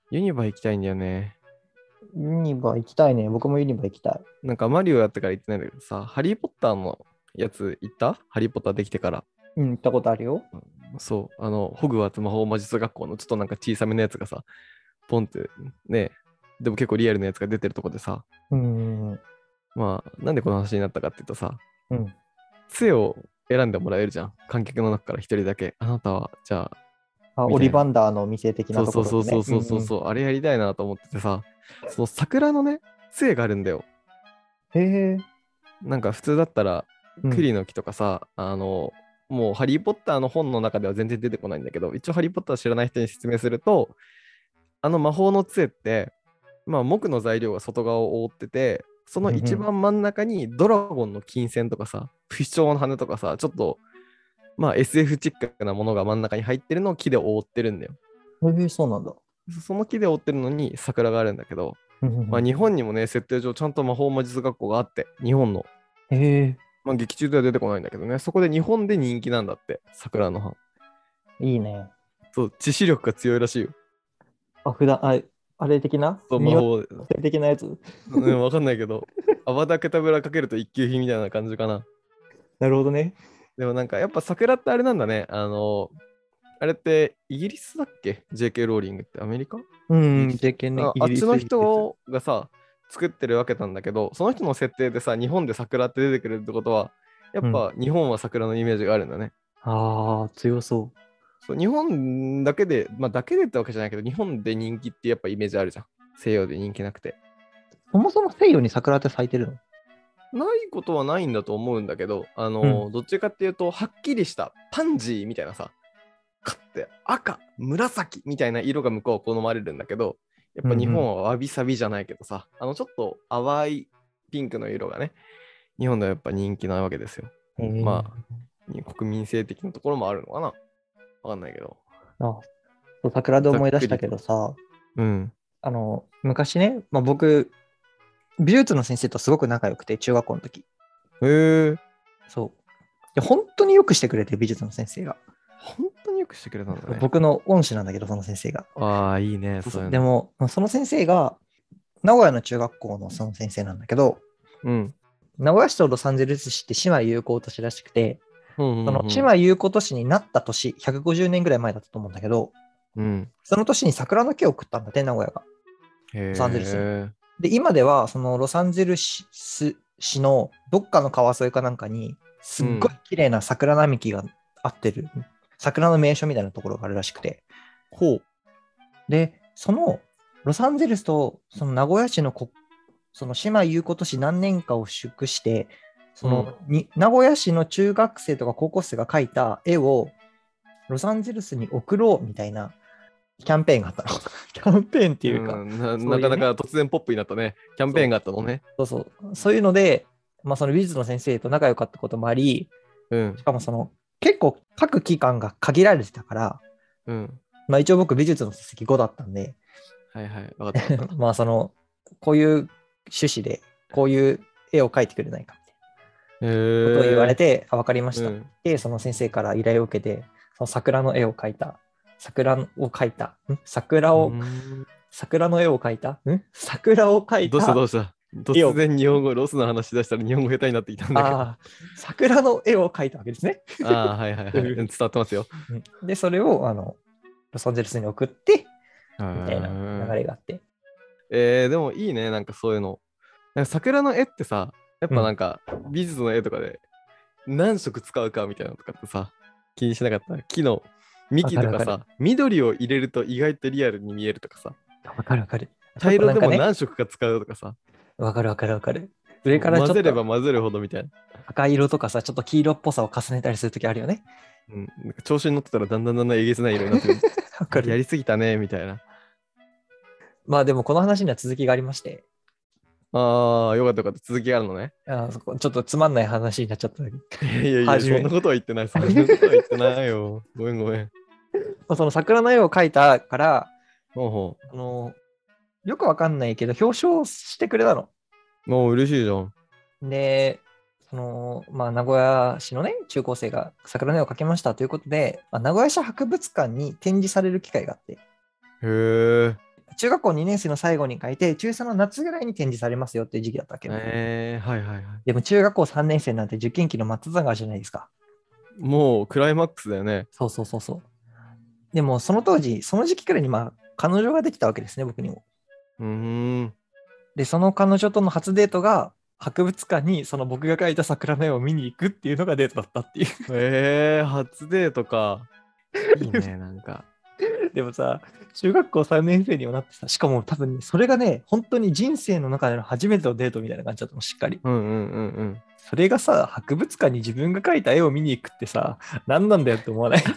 ユニバ行きたいんだよね。 ユニバ行きたいね。僕もユニバ行きたい。 なんかマリオやってから行ってないんだけどさ、ハリー・ポッターのやつ行った？ハリー・ポッターできてから。 うん、行ったことあるよ。 そう、ホグワーツ魔法魔術学校のちょっとなんか小さめのやつがさ、ポンってね、でも結構リアルなやつが出てるとこでさ、 うん、うん、 まあ、なんでこの話になったかっていうとさ、 うん。 杖を選んでもらえるじゃん。観客の中から一人だけ。あなたは、じゃあ、 あ、オみたいな。 リバンダーの店的なそうところでね。 そうそうそううんうん。 そうそうそう、あれやりたいなと思っててさ、その桜のね、杖があるんだよ。 へえ。 なんか普通だったら、 うん。 栗の木とかさ、もうハリー・ポッターの本の中では全然出てこないんだけど、一応ハリー・ポッター知らない人に説明すると、あの魔法の杖って、まあ木の材料が外側を覆ってて、その一番真ん中にドラゴンの金線とかさ、不死鳥の羽とかさ、ちょっとまあ SF チックなものが真ん中に入ってるのを木で覆ってるんだよ。 へえ、そうなんだ。 その木で覆ってるのに桜があるんだけど、まあ、日本にもね、設定上ちゃんと魔法魔術学校があって、日本の、 へえ、 まあ、劇中では出てこないんだけどね、そこで日本で人気なんだって、桜の葉。 いいね。 そう、致死力が強いらしいよ。 あ、普段、あ、あれ的なそう、魔匂い法、 的なやつ。 うん、わかんないけど、アバダケタブラかけると一級品みたいな感じかな。 なるほどね。 でもなんか、やっぱ桜ってあれなんだね。あれってイギリスだっけ？ JK ローリングってアメリカ？ うん、 イギリス。 JK ね、イあギリス、 っちのイギリス。 人がさ、作ってるわけなんだけど、その人の設定でさ、日本で桜って出てくるってことは、やっうん。 ぱ日本は桜のイメージがあるんだね。 ああ、強そそう、日本だけで、まあだけでってわけじゃないけど、日本で人気ってやっぱイメージあるじゃん。西洋で人気なくて。 う。そもそも西洋に桜って咲いてるの？ ないことはないんだと思うんだけど、 うん。 どっちかっていうと、はっきりしたパンジーみたいなさ、かって赤、紫みたいな色が向こうは好まれるんだけど、やっぱ日うん本はわびさびじゃないけどさ、ちょっと淡いピンクの色がね、日本ではやっぱ人気なわけですよ。 うん。へまえ。 あ、国民性的なところもあるのかな、わかんないけど。 あ、そう桜でざっ思い出したけどくりと。 さ、 うん。 昔ね、まあ、僕、美術の先生とすごく仲良くて、中学校の時。 へえ、 そう。で、本当によくしてくれて、美術の先生が。 本当によくしてくれたんだね。 僕の恩師なんだけど、その先生が。 ああ、いいね、 そうそう。 そういうの。 でも、その先生が、名古屋の中学校のその先生なんだけど、 うん。 名古屋市とロサンゼルス市って姉妹友好都市らしくて、 うん、うん、うその姉ん。 妹友好都市になった年、150年ぐらい前だったと思うんだけど、 うん。 その年に桜の木を送ったんだって、名古屋が。 へロサンゼルスに。 え。 で、今では、そのロサンゼルス市のどっかの川沿いかなんかに、すっごいうん。 綺麗な桜並木があってる、桜の名所みたいなところがあるらしくて。 ほう。 で、そのロサンゼルスとその名古屋市のその姉妹友好都市何年かを祝して、そうん。 の名古屋市の中学生とか高校生が描いた絵をロサンゼルスに送ろうみたいなキャンペーンがあったの。キャンペーンっていうか、 うん、なかなかそういうね、 突然ポップになったね。キャンペーンそうがあったのね。 そうそう、そういうので、まあ、その美術の先生と仲良かったこともあり、 うん。 しかも結構書く期間が限られてたから、 うん。 まあ、一応僕美術の成績5だったんで、 はいはい。わかったわかった。 まあこういう趣旨でこういう絵を描いてくれないかみたいなへことを言われえ。 て、あ、わかりました。 うん。 で、その先生から依頼を受けて、その桜の絵を描いた、桜を描いた、 うーん。 桜の絵を描いた、桜を描いどうしたどたうした？突絵を、 然日本語ロスの話し出したら日本語下手になってきたんだけど。 ああ、桜の絵を描いたわけですね。 ああ、はいはいはい。うん、伝わってますよ。 で、それをロサンゼルスに送って、 へみたいな流え。 れがあって。 でもいいね、なんかそういうの。なんか桜の絵ってさ、やっうん。 ぱなんか美術の絵とかで何色使うかみたいなのとかってさ、気にしなかった？木のわ幹かるわかる。 とかさ、緑を入れると意外とリアルに見えるとかさ、 わかるわかる。ちょっと茶色でもなんかね、 何色か使うとかさ、 わかるわかるわかる。上そう混ぜれからちょっとば混ぜるほどみたいな。 赤色とかさ、ちょっと黄色っぽさを重ねたりするときあるよね。 うん、なんか調子に乗ってたらだんだんだんだんえげつない色になってくる。 わかる。 やりすぎたね、みたいな。 まあでもこの話には続きがありまして、 ああ、よかったよかった。続きがあるのね。 ちょっとつまんない話になっちゃった。 いやいやいや、 はじめ。 そんなことは言ってない。そんなことは言ってないよ。ごめんごめん。 その桜の絵を描いたから、 ほうほよくわかんないけど、表彰してくれたの。 う。もう嬉しいじゃん。 で、まあ、名古屋市のね、中高生が桜の絵を描きましたということで、まあ、名古屋市博物館に展示される機会があって、 へえ。 中学校2年生の最後に書いて、中3の夏ぐらいに展示されますよっていう時期だったっけど、 はいはいはい。 でも中学校3年生なんて受験期の真っ只中じゃないですか。 もうクライマックスだよね。 そうそうそうそう。でもその当時、その時期くらいに彼女ができたわけですね、僕にも。で、その彼女との初デートが、博物館にその僕が描いた桜の絵を見に行くっていうのがデートだったっていう。 初デートか。いいね、なんか。 でもさ、中学校3年生にもなってさ、しかも多分ね、それがね、本当に人生の中での初めてのデートみたいな感じだったの、しっかり。それがさ、博物館に自分が描いた絵を見に行くってさ、何なんだよって思わない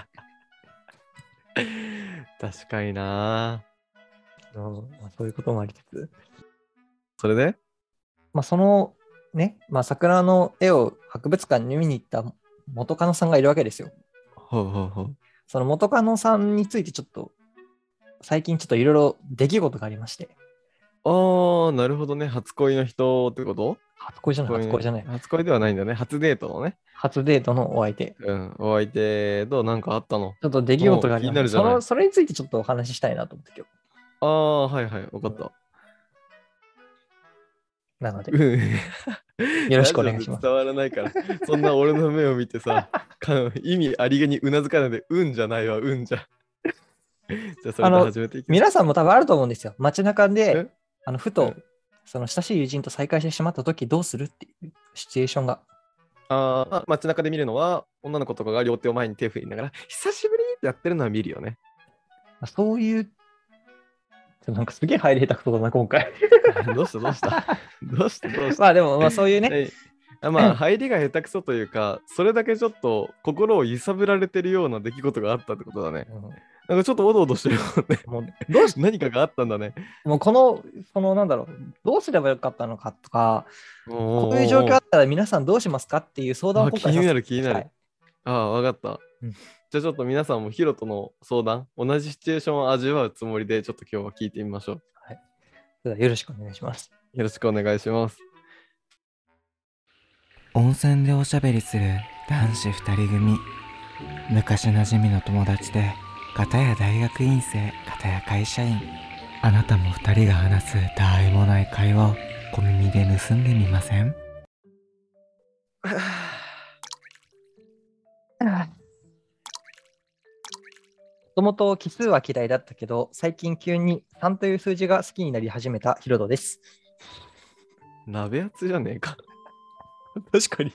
確かにな。 そういうこともありつつ。 それでそのね、桜の絵を博物館に見に行った元カノさんがいるわけですよ。その元カノさんについてちょっと、最近ちょっといろいろ出来事がありまして。 なるほどね。初恋の人ってこと？ 初恋じゃない。 初恋ではないんだね。初デートのね。 初デートのお相手。 お相手となんかあったの？ ちょっと出来事がありまして、それについてちょっとお話ししたいなと思って今日。 はいはい、わかった。 なので、よろしくお願いします。 伝わらないから、そんな俺の目を見てさ、意味ありげにうなずかないで、じゃないわ、じゃ。じゃあそれで始めていきます。 皆さんも多分あると思うんですよ。街中で、ふと、その親しい友人と再会してしまった時どうするっていうシチュエーションが。 街中で見るのは、女の子とかが両手を前に手を振りながら、久しぶりってやってるのは見るよね。 そういう、なんかすげえ入り下手くそだな、今回。 どうしたでも、そういうね。 入りが下手くそというか、それだけちょっと心を揺さぶられてるような出来事があったってことだね。なんかちょっとおどおどしてるもんね。何かがあったんだね。 もうなんだろう、どうすればよかったのかとか、こういう状況あったら皆さんどうしますかっていう相談を気になる。わかった。じゃあちょっと皆さんもヒロとの相談、同じシチュエーションを味わうつもりで、ちょっと今日は聞いてみましょう。 はい。よろしくお願いします。 よろしくお願いします。 温泉でおしゃべりする男子2人組。昔なじみの友達で、片や大学院生、片や会社員。あなたも2人が話すたわいもない会話を小耳で盗んでみません？ もともと奇数は嫌いだったけど、最近急に3という数字が好きになり始めたヒロドです。 鍋やつじゃねえか。 確かに。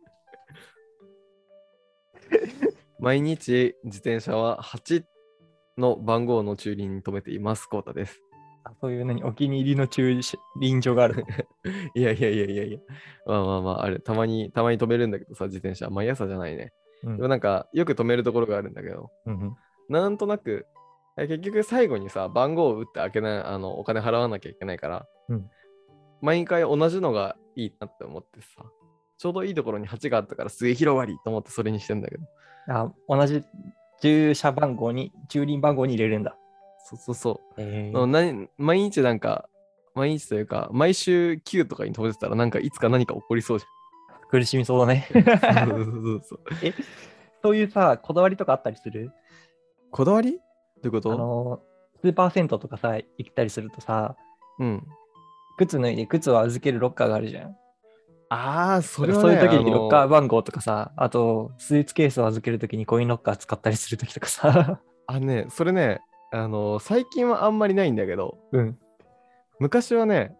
毎日自転車は8の番号の駐輪に止めています。コータです。 そういうお気に入りの駐輪場がある。 いや。あれ、たまに止めるんだけどさ、自転車。毎朝じゃないね。でもなんか、よく止めるところがあるんだけど、なんとなく、結局最後にさ、番号を打って開けない、お金払わなきゃいけないから、毎回同じのがいいなって思ってさ、ちょうどいいところに8があったからすげえ広がりと思ってそれにしてんだけど。 同じ駐輪番号に入れるんだ。 そう。毎日というか、毎週9とかに止めてたらなんかいつか何か起こりそうじゃん。苦しみそうだね。 そうそういうさ、こだわりとかあったりする？ こだわり？どういうこと？ スーパー銭湯とかさ、行ったりするとさ、靴脱いで靴を預けるロッカーがあるじゃん。 それはね、 そういう時にロッカー番号とかさ、あとスーツケースを預ける時にコインロッカー使ったりする時とかさ。 それね、最近はあんまりないんだけど、昔はね、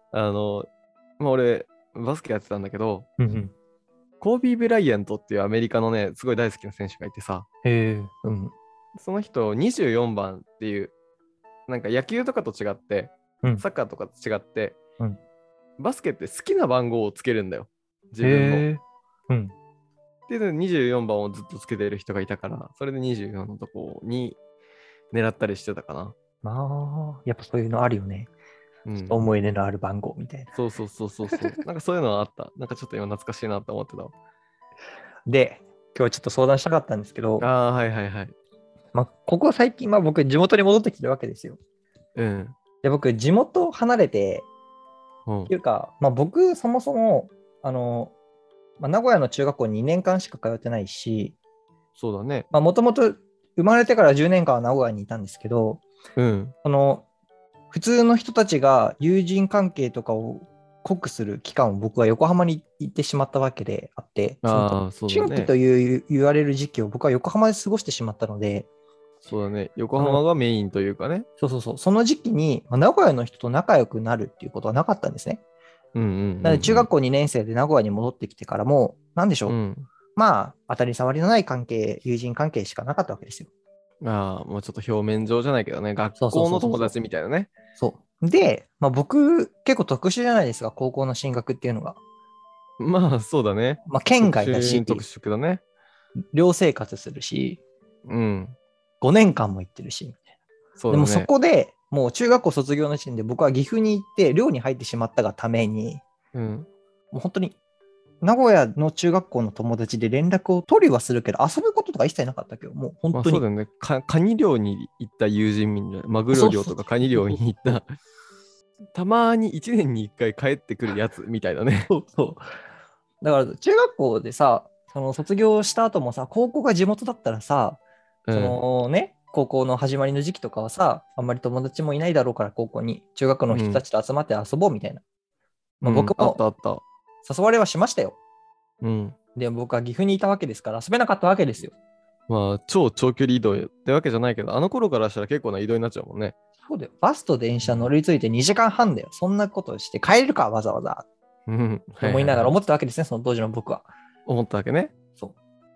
俺、バスケやってたんだけど、コービー・ブライアントっていうアメリカのね、すごい大好きな選手がいてさ、その人、24番っていう、なんか野球とかと違って、サッカーとかと違って、バスケって好きな番号をつけるんだよ、自分の。で、24番をずっとつけてる人がいたから、それで24のとこに狙ったりしてたかな。 やっぱそういうのあるよね。思い出のある番号みたいな。 そう。なんかそういうのはあった。なんかちょっと今懐かしいなと思ってた。 で、今日ちょっと相談したかったんですけど、 はい。 ここ最近、僕、地元に戻ってきてるわけですよ。で、僕、地元離れて、っていうか、僕、そもそも、名古屋の中学校に2年間しか通ってないし、 そうだね。 もともと生まれてから10年間は名古屋にいたんですけど、 普通の人たちが友人関係とかを濃くする期間を僕は横浜に行ってしまったわけであって、 ああ、そうだね。 春季と言われる時期を僕は横浜で過ごしてしまったので、 そうだね。横浜がメインというかね。 その時期に名古屋の人と仲良くなるっていうことはなかったんですね。なので中学校2年生で名古屋に戻ってきてからも、なんでしょう。まあ、当たり障りのない関係、友人関係しかなかったわけですよ。 ああ、もうちょっと表面上じゃないけどね、学校の友達みたいなね。 そう。で、僕、結構特殊じゃないですか、高校の進学っていうのが。 まあ、そうだね。 まあ、県外だし、 特殊だね。 寮生活するし、 うん。 5年間も行ってるし、みたいな。 そうだね。 でもそこでもう中学校卒業の時点で僕は岐阜に行って寮に入ってしまったがために、もう本当に名古屋の中学校の友達で連絡を取りはするけど遊ぶこととか一切なかったけど、もう本当に。 そうだよね。カニ漁に行った友人みんな、マグロ漁とかカニ漁に行った、たまに1年に1回帰ってくるやつみたいなね。 そうだから中学校でさ、その卒業した後もさ、高校が地元だったらさ、そのね、高校の始まりの時期とかはさ、あんまり友達もいないだろうから高校に中学の人たちと集まって遊ぼうみたいな。僕も誘われはしましたよ。で、僕は岐阜にいたわけですから遊べなかったわけですよ。 まあ、超長距離移動ってわけじゃないけど、あの頃からしたら結構な移動になっちゃうもんね。 そうだよ。バスと電車乗り継いで2時間半だよ。そんなことして帰るか、わざわざ。思いながら思ってたわけですね、その当時の僕は。 思ったわけね。 そう。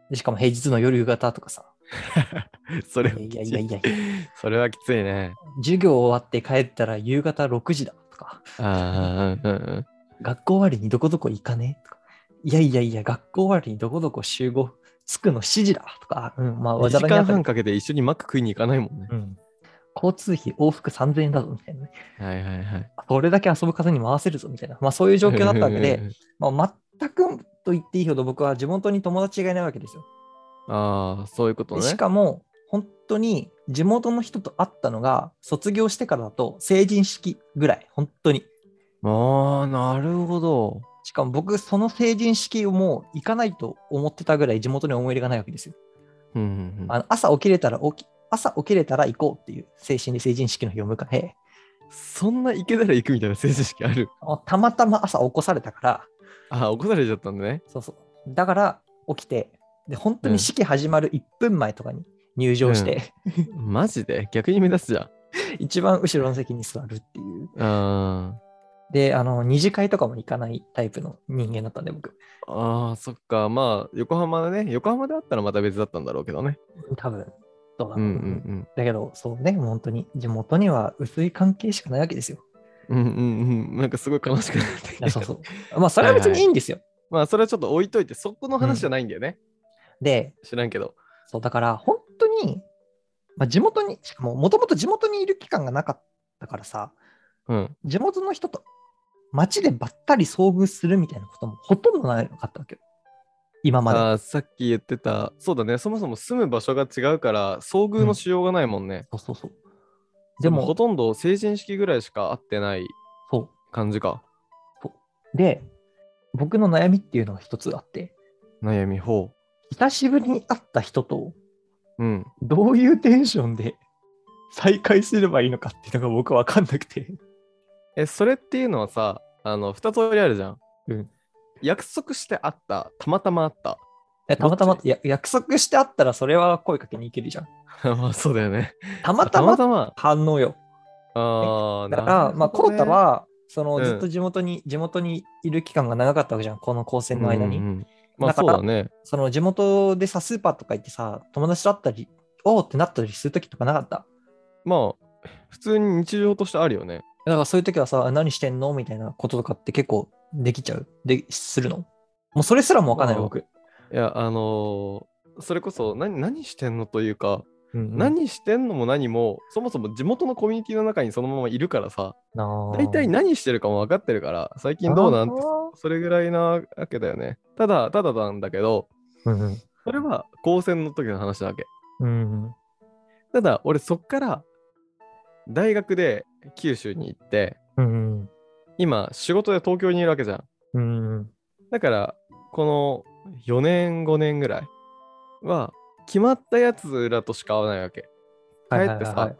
でしかも平日の夜夕方とかさ。 それはきつい。それはきついね。 授業終わって帰ったら夕方6時だとか。学校終わりにどこどこ行かねとか。いや、学校終わりにどこどこ集合着くの7時だとか。まあ、 1時間半かけて一緒にマック食いに行かないもんね。 交通費往復3000円だぞみたいなね。それだけ遊ぶ方に回せるぞみたいな。まあそういう状況だったわけで、まあ、全くと言っていいほど僕は地元に友達がいないわけですよ。 ああ、そういうことね。 しかも、本当に地元の人と会ったのが卒業してからだと成人式ぐらい、本当に。 ああ、なるほど。 しかも僕、その成人式をもう行かないと思ってたぐらい地元に思い入れがないわけですよ。朝起きれたら行こうっていう精神で成人式の日を迎え。 そんな行けたら行くみたいな成人式ある？ たまたま朝起こされたから。 起こされちゃったんだね。 だから起きて、で、本当に式始まる1分前とかに入場して。 マジで？逆に目立つじゃん。 一番後ろの席に座るっていう。で、二次会とかも行かないタイプの人間だったんで、僕。 そっか。まあ、横浜であったらまた別だったんだろうけどね。 多分。そうだ。だけど、そうね、本当に地元には薄い関係しかないわけですよ。 なんかすごい悲しくなってきて。 まあ、それは別にいいんですよ。 まあ、それはちょっと置いといて、そこの話じゃないんだよね。 で、 知らんけど。 そう、だから本当に、まあ、地元に、しかももともと地元にいる期間がなかったからさ、地元の人と街でばったり遭遇するみたいなこともほとんどなかったわけよ。今まで。 さっき言ってた、そうだね、そもそも住む場所が違うから、遭遇のしようがないもんね。でも、ほとんど成人式ぐらいしか会ってない感じか。 で、僕の悩みっていうのが一つあって。 悩み、 久しぶりに会った人と、どういうテンションで再会すればいいのかっていうのが僕は分かんなくて。 それっていうのはさ、2通りあるじゃん。約束して会った、たまたま会った。 たまたま約束して会ったらそれは声かけに行けるじゃん。 まあそうだよね。 たまたま反応よ。だから、まあコウタはずっと地元にいる期間が長かったわけじゃん、この高専の間に。 まあそうだね。 その地元でさ、スーパーとか行ってさ、友達と会ったり、おーってなったりするときとかなかった？ まあ、普通に日常としてあるよね。 だからそういうときはさ、何してんのみたいなこととかって結構できちゃう？するの？もうそれすらもわかんない、僕。 いや、それこそ何してんのというか、何してんのも何も、そもそも地元のコミュニティの中にそのままいるからさ、大体何してるかも分かってるから、最近どうなんて、それぐらいなわけだよね。ただなんだけど、それは高専の時の話なわけ。ただ、俺そっから大学で九州に行って、今仕事で東京にいるわけじゃん。だから、この4年5年ぐらいは決まったやつらとしか会わないわけ。帰ってさ、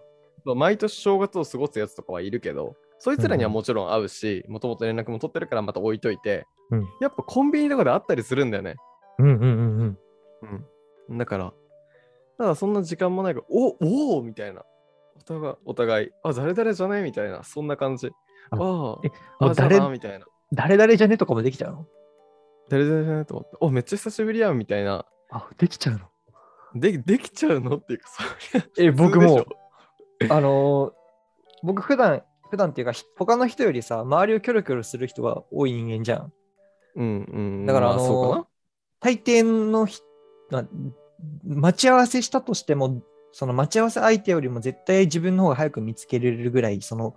毎年正月を過ごすやつとかはいるけど、そいつらにはもちろん会うし、もともと連絡も取ってるからまた置いといて、やっぱコンビニとかで会ったりするんだよね。だから、ただそんな時間もないから、おみたいな。お互い、誰々じゃねみたいな、そんな感じ。誰みたいな。 誰々じゃねとかもできちゃうの？ 誰々じゃねと思って、めっちゃ久しぶりやんみたいな。 できちゃうの？ できちゃうのっていうか、 僕も、僕普段っていうか、他の人よりさ、周りをキョロキョロする人が多い人間じゃん。だからそうかな？ 大抵の待ち合わせしたとしても、その待ち合わせ相手よりも絶対自分の方が早く見つけられるぐらい、周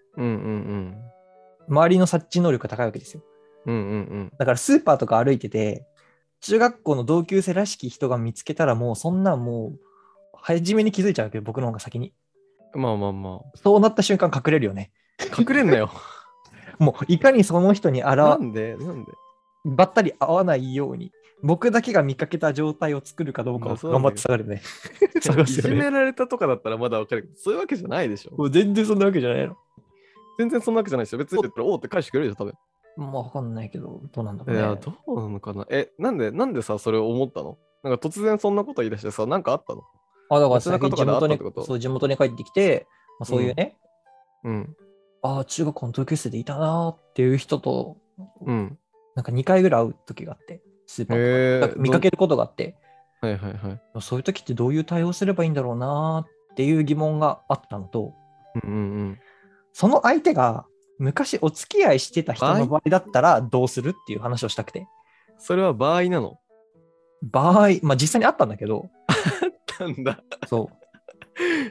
りの察知能力が高いわけですよ。だからスーパーとか歩いてて、中学校の同級生らしき人が見つけたらもうそんな初めに気づいちゃうけど、僕の方が先に。そうなった瞬間隠れるよね。 隠れんなよ。 もういかにその人になんでばったり会わないように、僕だけが見かけた状態を作るかどうかを頑張って探るね。 いじめられたとかだったらまだわかるけど、そういうわけじゃないでしょ。 もう全然そんなわけじゃないの。 全然そんなわけじゃないですよ。別に言ったらって返してくれるよ、多分。 わかんないけど、どうなんだろうね。 どうなのかな。なんでさ、それを思ったの？なんか突然そんなこと言い出してさ、なんかあったの？ だから最近地元に帰ってきて、そういうね、中学校の同級生でいたなっていう人と、なんか2回ぐらい会う時があって、スーパーとか見かけることがあって、そういう時ってどういう対応すればいいんだろうなっていう疑問があったのと、その相手が昔お付き合いしてた人の場合だったらどうするっていう話をしたくて。 それは場合なの？ 実際にあったんだけど。 あったんだ。 そう。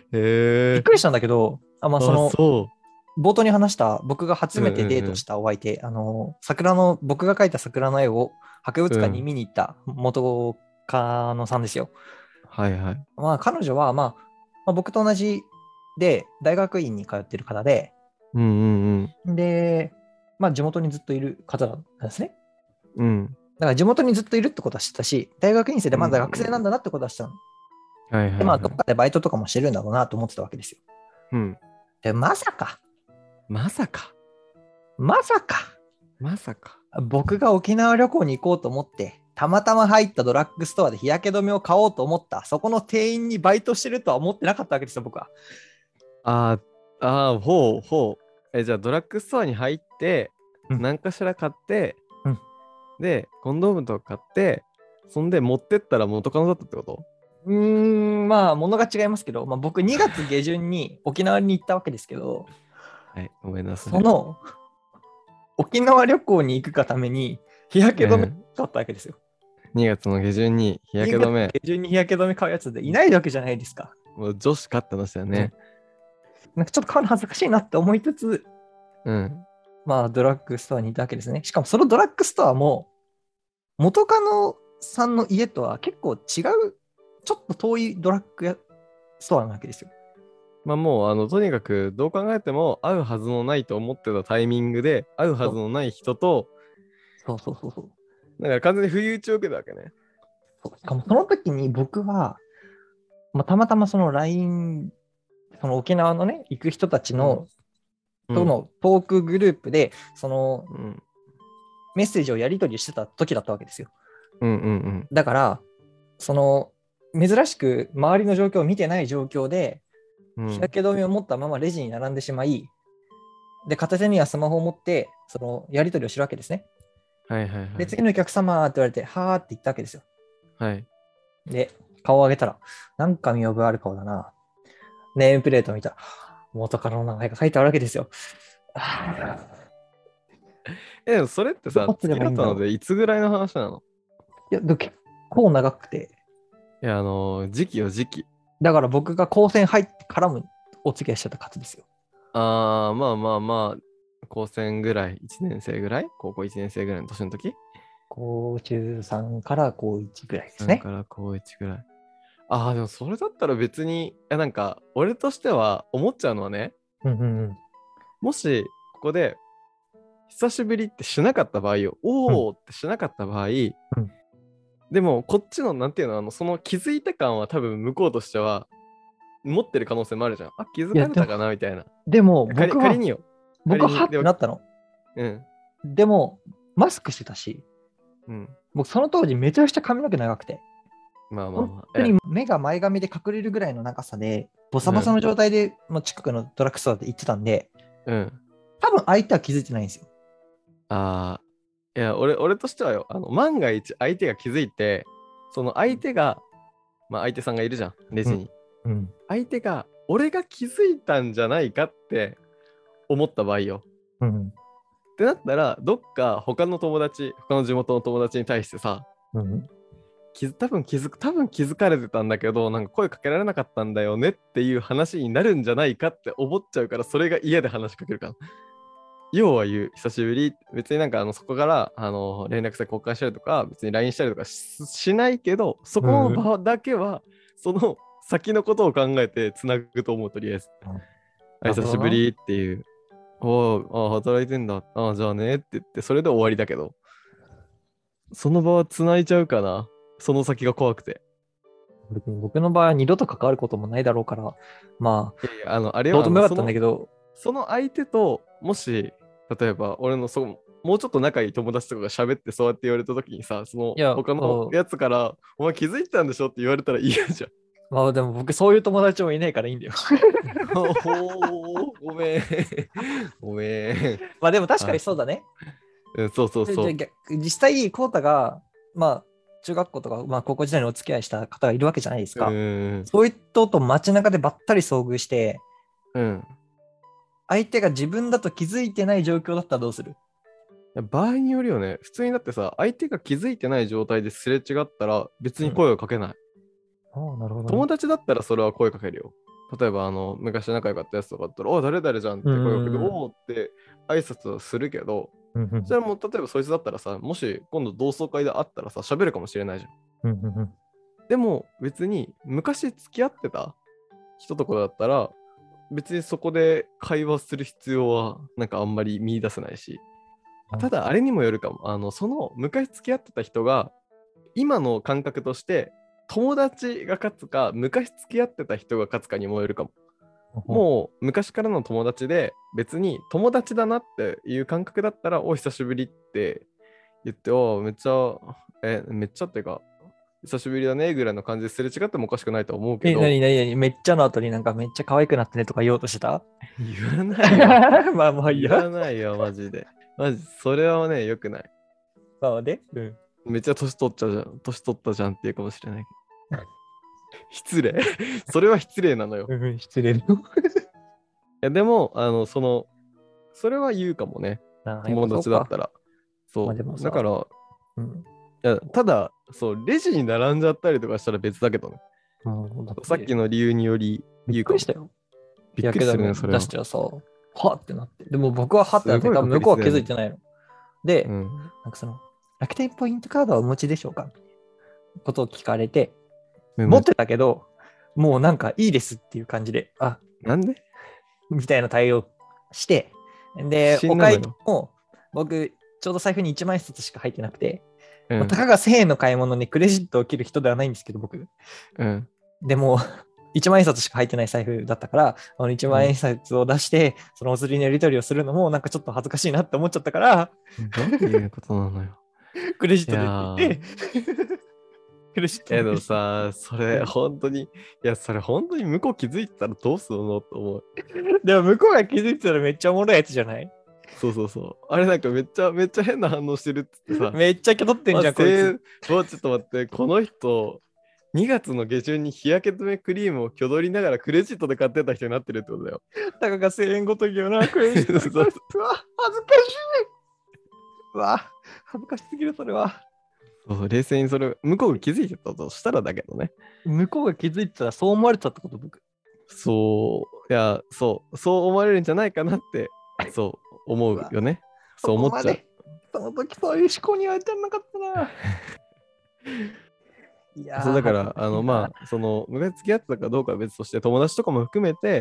びっくりしたんだけど、冒頭に話した僕が初めてデートしたお相手、僕が描いた桜の絵を博物館に見に行った元カノさんですよ。彼女は僕と同じで大学院に通ってる方で、で、地元にずっといる方なんですね。だから地元にずっといるってことは知ったし、大学院生でまだ学生なんだなってことは知ったの。で、どっかでバイトとかもしてるんだろうなと思ってたわけですよ。で、まさか。僕が沖縄旅行に行こうと思って、たまたま入ったドラッグストアで日焼け止めを買おうと思った、そこの店員にバイトしてるとは思ってなかったわけですよ、僕は。 じゃあドラッグストアに入って、何かしら買って、で、コンドームとか買って、そんで持ってったら元カノだったってこと？ 物が違いますけど、僕2月下旬に沖縄に行ったわけですけど、 ごめんなさい。 その沖縄旅行に行くがために日焼け止め買ったわけですよ。 2月の下旬に日焼け止め。 2月下旬に日焼け止め買うやつでいないわけじゃないですか。 もう女子買ってましたよね。 なんかちょっと買うの恥ずかしいなって思いつつ、ドラッグストアにいたわけですね。しかもそのドラッグストアも元カノさんの家とは結構違う、ちょっと遠いドラッグストアなわけですよ。 もうとにかくどう考えても会うはずのないと思ってたタイミングで会うはずのない人と、 そう。 だから完全に不意打ちを受けたわけね。 しかもその時に僕は、たまたまその LINE、その沖縄のね、行く人たちの、とのトークグループで、メッセージをやり取りしてた時だったわけですよ。だから、珍しく周りの状況を見てない状況で、日焼け止めを持ったままレジに並んでしまい、で、片手にはスマホを持って、やり取りをしてるわけですね。で、次のお客様って言われて、はーって言ったわけですよ。で、顔を上げたら、なんか見覚えある顔だな。ネームプレートを見たら、元カノの名前が書いてあるわけですよ。 でもそれってさ、付き合ったのでいつぐらいの話なの？ いや、結構長くて。 いや、時期。 だから僕が高専入ってからもお付き合いしちゃった方ですよ。 高専ぐらい、1年生ぐらい？高校1年生ぐらいの年の時？ 高中3から高1ぐらいですね。 から高1ぐらい。でもそれだったら別に、なんか、俺としては思っちゃうのはね、もし、ここで、久しぶりってしなかった場合よ、ってしなかった場合、でも、こっちの、なんていうの、その気づいた感は多分向こうとしては、 持ってる可能性もあるじゃん。あ、気づかれたかなみたいな。 でも仮によ。 僕ははってなったの。 うん。 でも、マスクしてたし、 うん。 僕その当時めちゃくちゃ髪の毛長くて、 まあ。 本当に目が前髪で隠れるぐらいの長さで、ボサボサの状態で、近くのドラッグストアで行ってたんで、多分相手は気づいてないんですよ。 いや、俺としてはよ、万が一相手が気づいて、その相手が、相手さんがいるじゃん、レジに。相手が、俺が気づいたんじゃないかって思った場合よ。ってなったら、どっか他の地元の友達に対してさ、多分気づかれてたんだけど、なんか声かけられなかったんだよねっていう話になるんじゃないかって思っちゃうから、それが嫌で話しかけるから。要は言う、久しぶり。別になんかそこから連絡先交換したりとか、別に LINE したりとか しないけど、そこの場だけは、その先のことを考えてつなぐと思う、とりあえず。久しぶりっていう。働いてんだ。じゃあねって言って、それで終わりだけど、その場はつないちゃうかな。その先が怖くて。 僕の場合は二度と関わることもないだろうから、 あれはどうでもよかったんだけど、 その相手と、もし、例えば、俺のもうちょっと仲いい友達とかが喋ってそうやって言われたときにさ、その他のやつから、お前気づいてたんでしょって言われたら嫌じゃん。 でも僕そういう友達もいないからいいんだよ。 ごめん。ごめん。 でも確かにそうだね。 そう。 実際、コウタが、中学校とか、高校時代にお付き合いした方がいるわけじゃないですか。そういう人と街中でばったり遭遇して、相手が自分だと気づいてない状況だったらどうする？ 場合によるよね。普通にだってさ、相手が気づいてない状態ですれ違ったら別に声をかけない。 なるほどね。 友達だったらそれは声かけるよ。例えば昔仲良かったやつとかだったら、誰々じゃんって声をかけて、おーって挨拶はするけど、それも例えばそいつだったらさ、もし今度同窓会で会ったらさ、喋るかもしれないじゃん。でも別に昔付き合ってた人とかだったら、別にそこで会話する必要はなんかあんまり見出せないし、ただあれにもよるかも。その昔付き合ってた人が今の感覚として友達が勝つか昔付き合ってた人が勝つかにもよるかも。もう昔からの友達で別に友達だなっていう感覚だったら、お久しぶりって言って、めっちゃっていうか久しぶりだねぐらいの感じですれ違ってもおかしくないと思うけど。 何めっちゃの後になんかめっちゃ可愛くなってねとか言おうとしてた？ 言わないよ。 いいや。 言わないよ、マジで。それはね、よくない。めっちゃ年取ったじゃんっていうかもしれないけど。失礼それは失礼なのよ。 失礼の。いや、でも、それは言うかもね。友達だったら。そう。だから、いや、ただ、レジに並んじゃったりとかしたら別だけどね。さっきの理由により言うかも。 びっくりしたよ。 びっくりするね、それは。 出しちゃうさ、はってなって。でも僕ははってなって、多分向こうは気づいてないの。で、なんか楽天ポイントカードはお持ちでしょうかことを聞かれて、持ってたけど、もうなんかいいですっていう感じで、 なんでみたいな対応して、で、お会計も僕、ちょうど財布に1万円札しか入ってなくて、たかが1000円の買い物にクレジットを切る人ではないんですけど、僕。でも、1万円札しか入ってない財布だったから、1万円札を出して、そのお釣りのやり取りをするのも、なんかちょっと恥ずかしいなって思っちゃったから、 どういうことなのよ。 クレジットでって言って、クレジットで。 けどさ、それ本当に向こう気づいてたらどうするのと思う。 でも向こうが気づいてたらめっちゃおもろいやつじゃない？ そう。あれなんかめっちゃ変な反応してるってさ。 めっちゃ気取ってんじゃん、こいつ。 ちょっと待って、この人、2月の下旬に日焼け止めクリームを挙取りながらクレジットで買ってた人になってるってことだよ。 たかが1000円ごときよな、クレジット。うわ、恥ずかしい。うわ、恥ずかしすぎる、それは。 冷静にそれ、向こうが気づいてたとしたらだけどね。 向こうが気づいてたらそう思われてたってこと、僕。 そう思われるんじゃないかなって、そう思うよね。そう思っちゃう。 その時そういう思考には至らなかったな。いやだから、昔付き合ってたかどうかは別として、友達とかも含めて、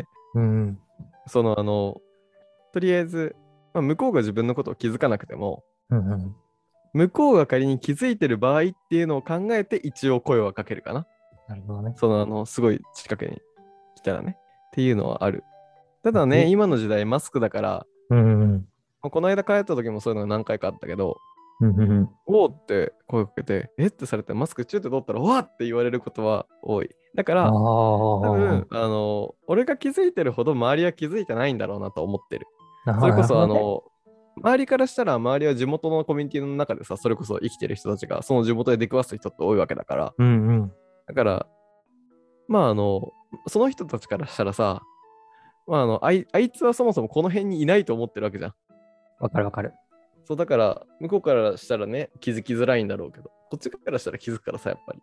とりあえず、向こうが自分のことを気づかなくても、向こうが仮に気づいてる場合っていうのを考えて、一応声はかけるかな。 なるほどね。 すごい近くに来たらね。っていうのはある。ただね、今の時代マスクだから、この間帰った時もそういうのが何回かあったけど、おーって声かけて、えってされて、マスクチューって取ったら、わーって言われることは多い。だから、多分、俺が気づいてるほど周りは気づいてないんだろうなと思ってる。それこそ、周りからしたら、周りは地元のコミュニティの中でさ、それこそ生きてる人たちが、その地元で出くわす人って多いわけだから、だから、まあ、その人たちからしたらさ、まあ、あいつはそもそもこの辺にいないと思ってるわけじゃん。 わかるわかる。 そうだから、向こうからしたらね、気づきづらいんだろうけど、こっちからしたら気づくからさ、やっぱり。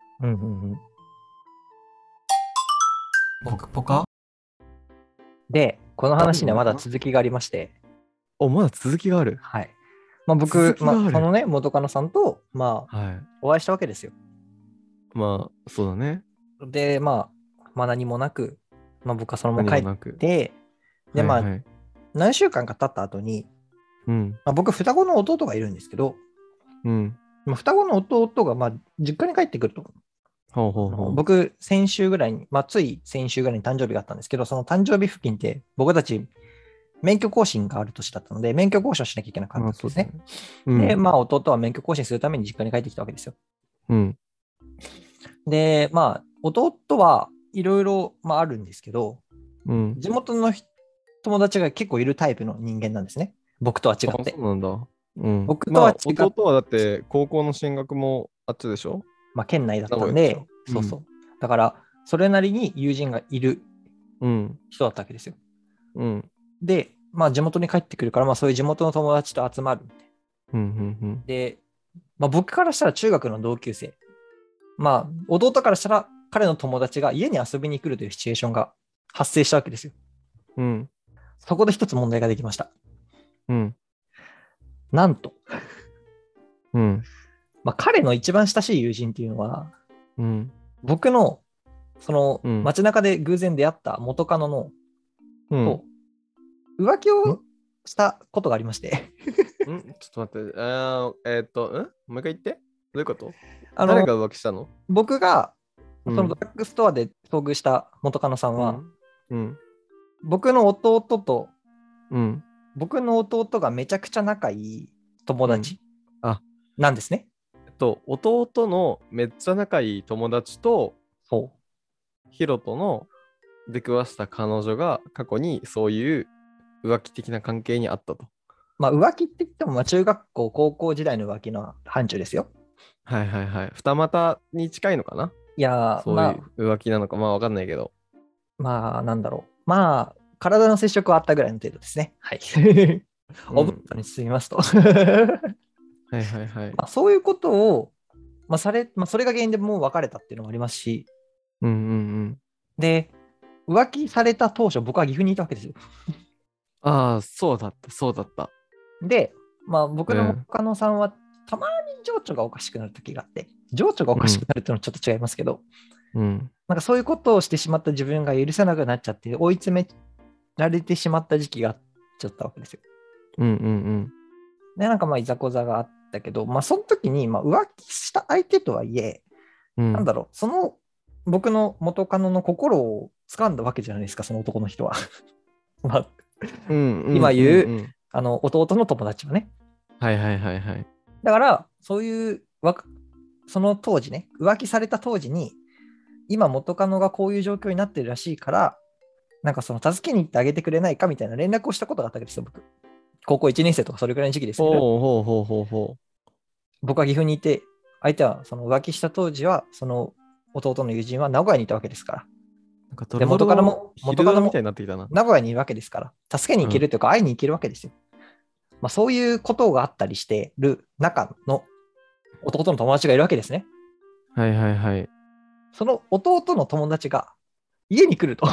僕ポカで、この話にはまだ続きがありまして。 まだ続きがある。 はい。まあ、僕、そのね、元カノさんと、お会いしたわけですよ。 まあ、そうだね。 で、何もなく、僕はそのまま帰って、で、何週間か経った後に、僕、双子の弟がいるんですけど、双子の弟が実家に帰ってくると。僕、先週ぐらいに、つい先週ぐらいに誕生日があったんですけど、その誕生日付近って僕たち免許更新がある年だったので、免許更新をしなきゃいけなかったんですね。で、弟は免許更新するために実家に帰ってきたわけですよ。で、弟はいろいろあるんですけど、地元の友達が結構いるタイプの人間なんですね。僕とは違って。 そうなんだ。 僕とは違って。 弟はだって高校の進学もあっちでしょ？ 県内だったんで、そうそう。だから、それなりに友人がいる人だったわけですよ。で、地元に帰ってくるから、そういう地元の友達と集まる。で、僕からしたら中学の同級生。弟からしたら彼の友達が家に遊びに来るというシチュエーションが発生したわけですよ。そこで一つ問題ができました。なんと、彼の一番親しい友人っていうのは、僕のその街中で偶然出会った元カノのと浮気をしたことがありまして。 ちょっと待って、もう一回言って。どういうこと？誰が浮気したの？ 僕がそのドラッグストアで遭遇した元カノさんは、僕の弟と、僕の弟がめちゃくちゃ仲いい友達なんですね。 弟のめっちゃ仲いい友達と、ヒロトの出くわした彼女が過去にそういう浮気的な関係にあったと。 浮気って言っても中学校、高校時代の浮気の範疇ですよ。 はいはいはい。二股に近いのかな？ いやそういう浮気なのかわかんないけど。 なんだろう。体の接触はあったぐらいの程度ですね。はい。おぶったに進みますと。 はいはいはい。 そういうことを、それが原因でもう別れたっていうのもありますし、で、浮気された当初、僕は岐阜にいたわけですよ。 ああ、そうだった、そうだった。 で、僕の元カノさんは、たまに情緒がおかしくなる時があって、情緒がおかしくなるっていうのはちょっと違いますけど、そういうことをしてしまった自分が許せなくなっちゃって、追い詰められてしまった時期があっちゃったわけですよ。で、いざこざがあったけど、その時に、浮気した相手とはいえ、その僕の元カノの心を掴んだわけじゃないですか、その男の人は。今言う、弟の友達はね。 はいはいはいはい。 だから、そういうその当時ね、浮気された当時に、今元カノがこういう状況になってるらしいから、その助けに行ってあげてくれないかみたいな連絡をしたことがあったわけですよ、僕。高校1年生とかそれくらいの時期ですけど。僕は岐阜にいて、相手はその浮気した当時は、その弟の友人は名古屋にいたわけですから。で、元カノも名古屋にいるわけですから、助けに行けるというか、会いに行けるわけですよ。そういうことがあったりしてる中の弟の友達がいるわけですね。 はいはいはい。 その弟の友達が家に来ると。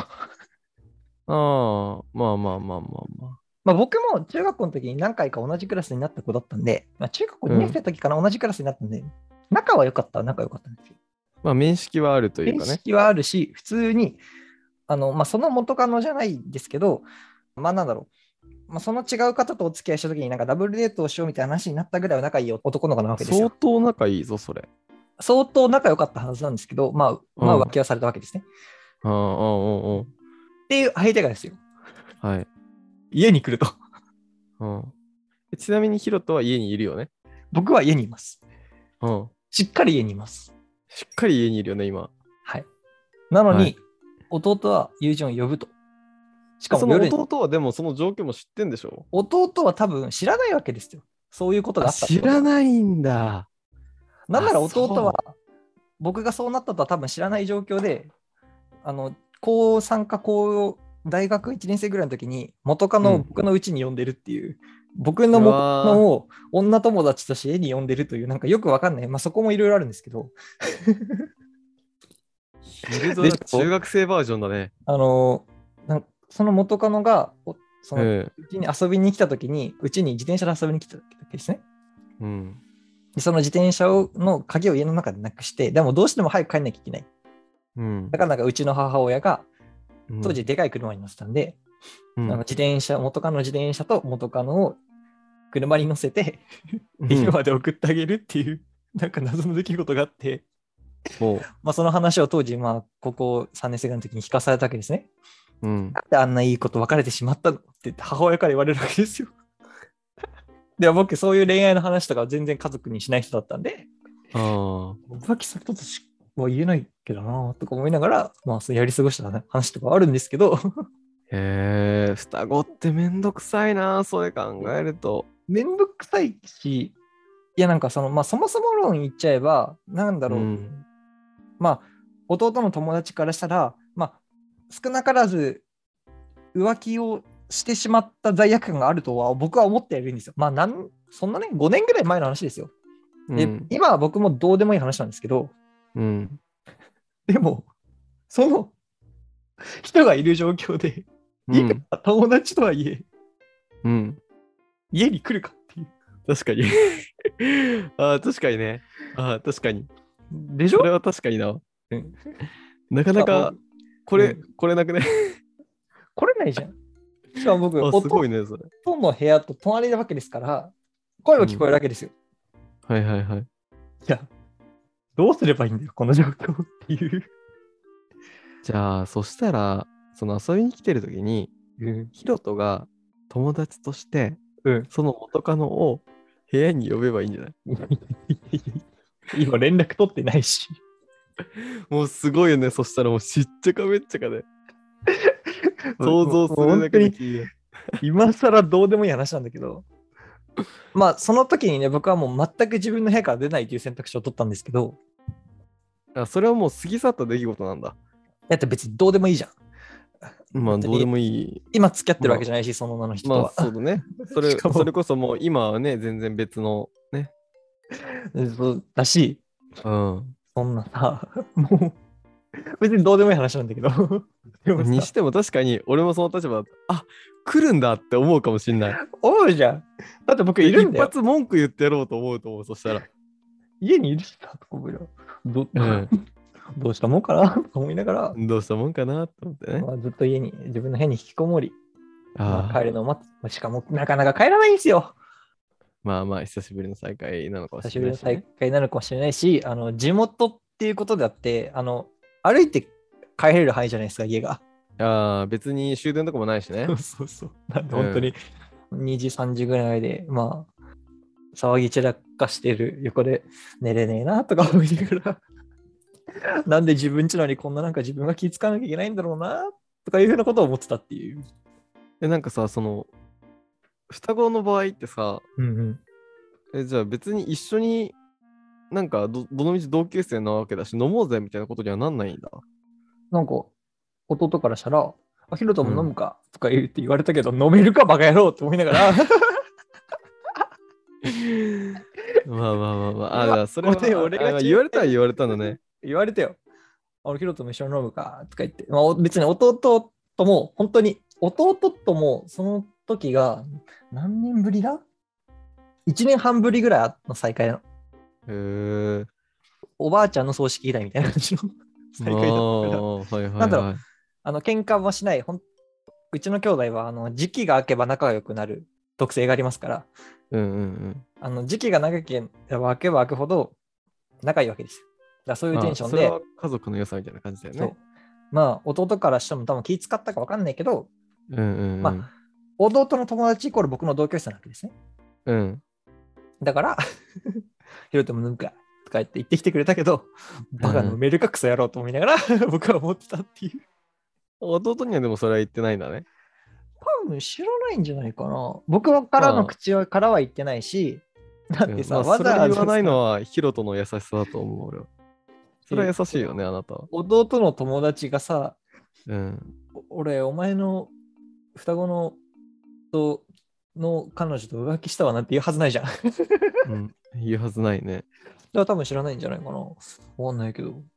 僕も中学校の時に何回か同じクラスになった子だったんで、中学校2年生の時から同じクラスになったんで、仲は良かったんですよ。 面識はあるというかね。 面識はあるし、普通に、その元カノじゃないですけど、その違う方とお付き合いした時にダブルデートをしようみたいな話になったぐらいは仲いい男の子なわけですよ。 相当仲いいぞ、それ。 相当仲良かったはずなんですけど、浮気はされたわけですね。 っていう相手がですよ。 はい。 家に来ると。 うん。ちなみにヒロトは家にいるよね。 僕は家にいます。 うん。 しっかり家にいます。 しっかり家にいるよね、今。 はい。なのに、 はい、 弟は友人を呼ぶと。 しかもその弟はでもその状況も知ってんでしょ？ 弟は多分知らないわけですよ。そういうことがあったってこと。 知らないんだ。 なんなら弟は僕がそうなったとは多分知らない状況で、高3か大学1年生ぐらいの時に元カノを僕の家に呼んでるっていう、僕の元カノを女友達として家に呼んでるという、なんかよくわかんない。まあそこもいろいろあるんですけど。 昼ドラ中学生バージョンだね。 その元カノがうちに遊びに来た時に、うちに自転車で遊びに来たわけですね。 うん。 でその自転車の鍵を家の中でなくして、でもどうしても早く帰んなきゃいけない。 うん、 だからなんかうちの母親が当時でかい車に乗せたんで、元カノの自転車と元カノを車に乗せて家まで送ってあげるっていう、なんか謎の出来事があって、まあその話を当時、ここ3年生ぐらいの時に聞かされたわけですね。なんであんないいこと別れてしまったのって言って母親から言われるわけですよ。でも僕そういう恋愛の話とか全然家族にしない人だったんで、浮気されたとは言えないけどなとか思いながら、そうやり過ごした話とかあるんですけど。 へえ、双子ってめんどくさいな、それ考えると。 めんどくさいし、いやなんかそもそも論言っちゃえば、なんだろう。弟の友達からしたら、少なからず浮気をしてしまった罪悪感があるとは僕は思っているんですよ。そんなね、5年ぐらい前の話ですよ。で、今は僕もどうでもいい話なんですけど、でも、その人がいる状況で、いくら友達とはいえ、家に来るかっていう。 確かに。確かにね。確かに。 でしょ？ それは確かにな。なかなか、これなくね。 来れないじゃん。しかも僕、 すごいね、それ。 弟の部屋と隣なわけですから、声は聞こえるわけですよ。 はいはいはい。 いや、どうすればいいんだよ、この状況っていう。 じゃあ、そしたら、その遊びに来てる時に、ヒロトが友達として、その元カノを部屋に呼べばいいんじゃない？ 今連絡取ってないし。 もうすごいよね。そしたらもうしっちゃかめっちゃかで。想像するだけで聞いて。 今更どうでもいい話なんだけど。その時にね、僕はもう全く自分の部屋から出ないという選択肢を取ったんですけど。 それはもう過ぎ去った出来事なんだ。 だって別にどうでもいいじゃん。 どうでもいい。 今付き合ってるわけじゃないし、その女の人とは。 そうだね。それこそもう今はね、全然別のね。 そうだし、そんなさ、もう、別にどうでもいい話なんだけど。 にしても確かに、俺もその立場だと、来るんだって思うかもしんない。 思うじゃん。だって僕いるんだよ。 一発文句言ってやろうと思うと思う、そしたら。 家にいるしな、と思うよ。どうしたもんかなと思いながら。 どうしたもんかなと思ってね。 ずっと自分の部屋に引きこもり。帰るのを待つ。しかもなかなか帰らないんですよ。 久しぶりの再会なのかもしれないし、 久しぶりの再会なのかもしれないし、地元っていうことであって、歩いて帰れる範囲じゃないですか、家が。 別に終電とかもないしね。 そう。なんで本当に2時、3時ぐらいで、騒ぎ散らかしてる横で寝れねえなとか思いながら、なんで自分ちなのにこんななんか自分が気ぃつかなきゃいけないんだろうなとかいうふうなことを思ってたっていう。 なんかさ、その、双子の場合ってさ、じゃあ別に一緒になんかどのみち同級生なわけだし、飲もうぜみたいなことにはなんないんだ。 なんか、弟からしたら、ヒロトも飲むかとか言われたけど、飲めるかバカ野郎って思いながら。 それは俺が言われたら言われたのね。 言われてよ。ヒロトも一緒に飲むかとか言って。別に弟とも、本当に、弟ともその時が何年ぶりだ ?1 年半ぶりぐらいの再会なの。おばあちゃんの葬式以来みたいな感じの再会だったから。なんだろう、喧嘩もしない。うちの兄弟は時期が空けば仲が良くなる特性がありますから。時期が長ければ空けば空くほど仲いいわけですよ。だからそういうテンションで。 それは家族の良さみたいな感じだよね。 まあ弟からしても多分気使ったか分かんないけど、 うんうんうん。 まあ弟の友達イコール僕の同級生なわけですね。 うん。 だから、ヒロトもなんかとか言ってきてくれたけど、バカのメールカクソやろうと思いながら僕は思ってたっていう。 弟にはでもそれは言ってないんだね。 多分知らないんじゃないかな。僕からの口からは言ってないし、だってさ、 それ言わないのははヒロトの優しさだと思う、俺は。それは優しいよね、あなたは。 弟の友達がさ、 うん。 俺、お前の双子の彼女と浮気したわなんて言うはずないじゃん。 うん、言うはずないね。 だから多分知らないんじゃないかな。わかんないけど。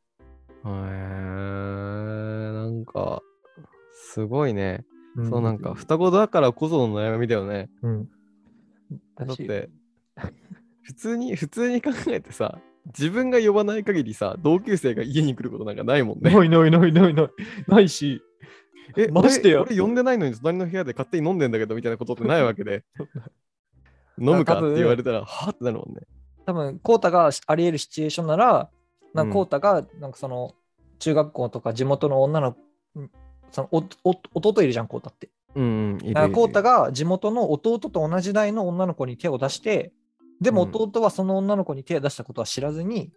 なんか、すごいね。 うん、 そうなんか、双子だからこその悩みだよね。 うん。 だって、普通に考えてさ、自分が呼ばない限りさ、同級生が家に来ることなんかないもんね。 ないし。 マジで俺呼んでないのに隣の部屋で勝手に飲んでんだけどみたいなことってないわけで。飲むかって言われたら、はぁってなるもんね。 多分、コウタがあり得るシチュエーションなら、コウタが、なんかその、中学校とか地元の女の、その弟いるじゃん、コウタって。コウタが地元の弟と同じ代の女の子に手を出して、でも弟はその女の子に手を出したことは知らずに、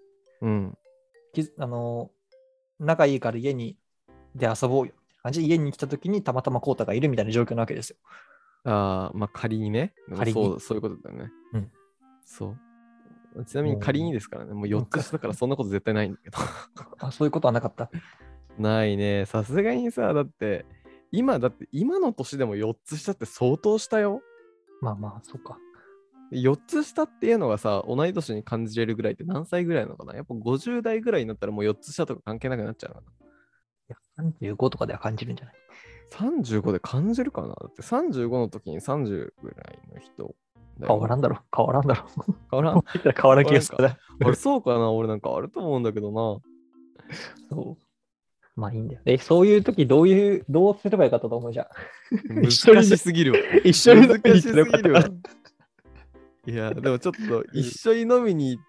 仲いいから家にで遊ぼうよ。家に来た時にたまたまコウタがいるみたいな状況なわけですよ。 まあ仮にね。そういうことだよね。そう。ちなみに仮にですからね、もう4つだからそんなこと絶対ないんだけど。 そういうことはなかった？ ないね。さすがにさ、だって今の年でも4つ下って相当下よ。 まあ、そうか。 4つ下っていうのがさ、同い年に感じれるぐらいって何歳ぐらいなのかな？やっぱ50代ぐらいになったらもう4つ下とか関係なくなっちゃうのかな。 35とかでは感じるんじゃない？ 35 で感じるかな？だって35の時に30ぐらいの人。 変わらんだろ。変わらん気がする。 あれそうかな？俺なんかあると思うんだけどな。 そう。まあいいんだよ。そういう時どうすればよかったと思うじゃん。 難しすぎるわ。 一緒に難しすぎるわ。いや、でもちょっと一緒に飲みに行って、